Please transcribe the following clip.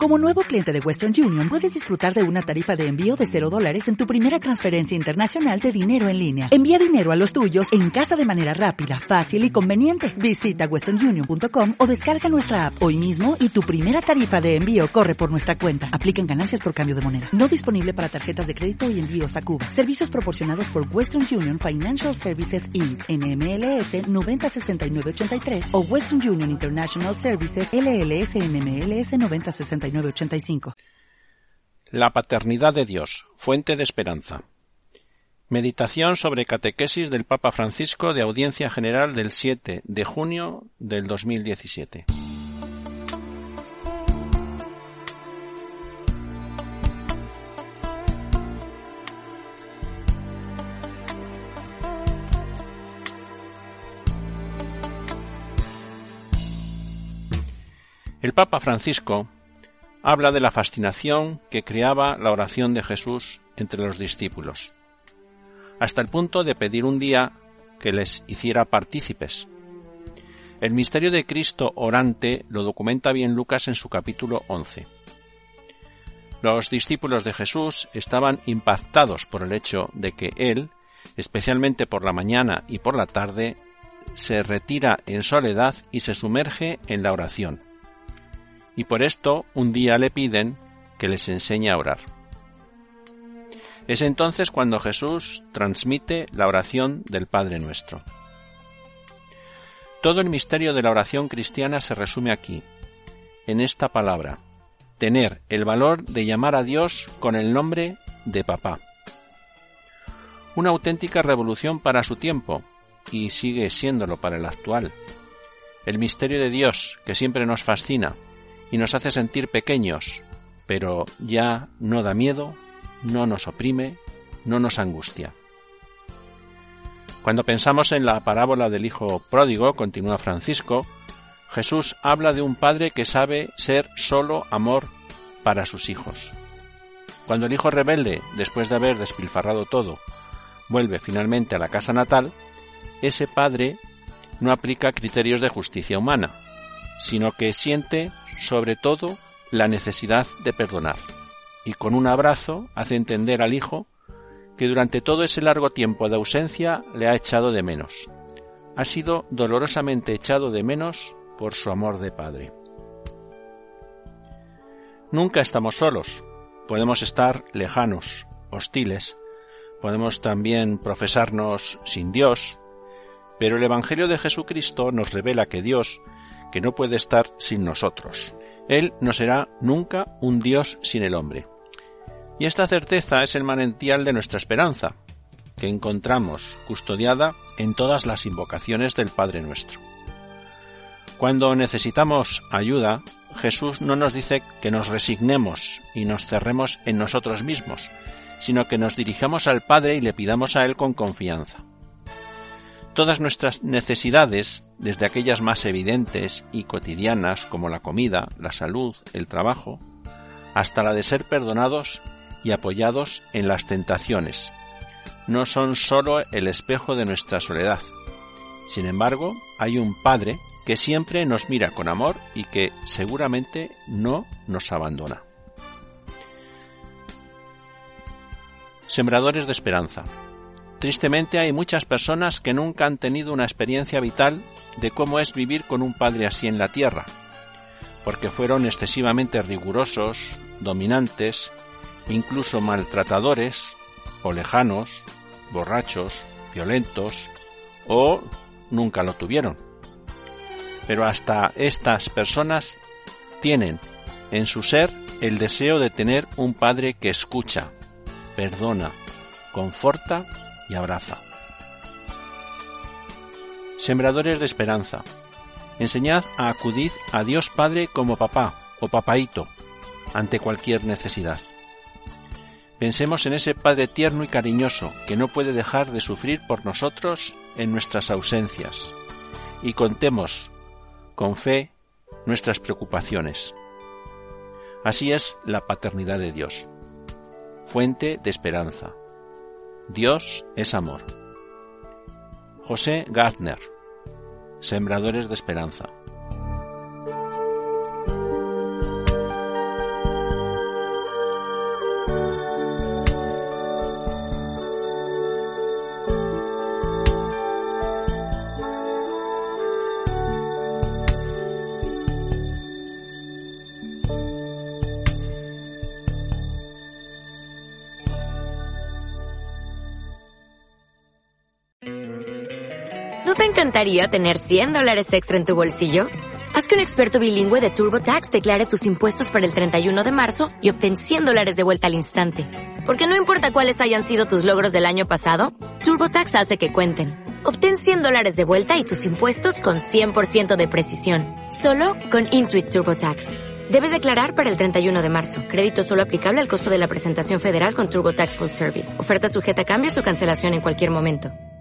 Como nuevo cliente de Western Union, puedes disfrutar de una tarifa de envío de $0 en tu primera transferencia internacional de dinero en línea. Envía dinero a los tuyos en casa de manera rápida, fácil y conveniente. Visita westernunion.com o descarga nuestra app hoy mismo y tu primera tarifa de envío corre por nuestra cuenta. Aplican ganancias por cambio de moneda. No disponible para tarjetas de crédito y envíos a Cuba. Servicios proporcionados por Western Union Financial Services Inc. NMLS 906983 o Western Union International Services LLS NMLS 906985. La paternidad de Dios, fuente de esperanza. Meditación sobre catequesis del Papa Francisco de Audiencia General del 7 de junio del 2017. El Papa Francisco habla de la fascinación que creaba la oración de Jesús entre los discípulos, hasta el punto de pedir un día que les hiciera partícipes. El misterio de Cristo orante lo documenta bien Lucas en su capítulo 11. Los discípulos de Jesús estaban impactados por el hecho de que Él, especialmente por la mañana y por la tarde, se retira en soledad y se sumerge en la oración. Y por esto un día le piden que les enseñe a orar. Es entonces cuando Jesús transmite la oración del Padre Nuestro. Todo el misterio de la oración cristiana se resume aquí, en esta palabra: tener el valor de llamar a Dios con el nombre de Papá. Una auténtica revolución para su tiempo, y sigue siéndolo para el actual. El misterio de Dios, que siempre nos fascina y nos hace sentir pequeños, pero ya no da miedo, no nos oprime, no nos angustia. Cuando pensamos en la parábola del hijo pródigo, continúa Francisco, Jesús habla de un padre que sabe ser solo amor para sus hijos. Cuando el hijo rebelde, después de haber despilfarrado todo, vuelve finalmente a la casa natal, ese padre no aplica criterios de justicia humana, sino que siente sobre todo la necesidad de perdonar, y con un abrazo hace entender al hijo que durante todo ese largo tiempo de ausencia le ha echado de menos. Ha sido dolorosamente echado de menos por su amor de padre. Nunca estamos solos. Podemos estar lejanos, hostiles, podemos también profesarnos sin Dios, pero el Evangelio de Jesucristo nos revela que Dios, que no puede estar sin nosotros. Él no será nunca un Dios sin el hombre. Y esta certeza es el manantial de nuestra esperanza, que encontramos custodiada en todas las invocaciones del Padre Nuestro. Cuando necesitamos ayuda, Jesús no nos dice que nos resignemos y nos cerremos en nosotros mismos, sino que nos dirijamos al Padre y le pidamos a Él con confianza. Todas nuestras necesidades, desde aquellas más evidentes y cotidianas como la comida, la salud, el trabajo, hasta la de ser perdonados y apoyados en las tentaciones, no son sólo el espejo de nuestra soledad. Sin embargo, hay un Padre que siempre nos mira con amor y que seguramente no nos abandona. Sembradores de esperanza. Tristemente hay muchas personas que nunca han tenido una experiencia vital de cómo es vivir con un padre así en la tierra, porque fueron excesivamente rigurosos, dominantes, incluso maltratadores, o lejanos, borrachos, violentos, o nunca lo tuvieron. Pero hasta estas personas tienen en su ser el deseo de tener un padre que escucha, perdona, conforta y abraza. Sembradores de esperanza. Enseñad a acudir a Dios Padre como papá o papaíto ante cualquier necesidad. Pensemos en ese Padre tierno y cariñoso que no puede dejar de sufrir por nosotros en nuestras ausencias, y contemos con fe nuestras preocupaciones. Así es la paternidad de Dios, fuente de esperanza. Dios es amor. José Gardner, Sembradores de Esperanza. ¿No te encantaría tener $100 extra en tu bolsillo? Haz que un experto bilingüe de TurboTax declare tus impuestos para el 31 de marzo y obtén $100 de vuelta al instante. Porque no importa cuáles hayan sido tus logros del año pasado, TurboTax hace que cuenten. Obtén $100 de vuelta y tus impuestos con 100% de precisión. Solo con Intuit TurboTax. Debes declarar para el 31 de marzo. Crédito solo aplicable al costo de la presentación federal con TurboTax Full Service. Oferta sujeta a cambios o cancelación en cualquier momento.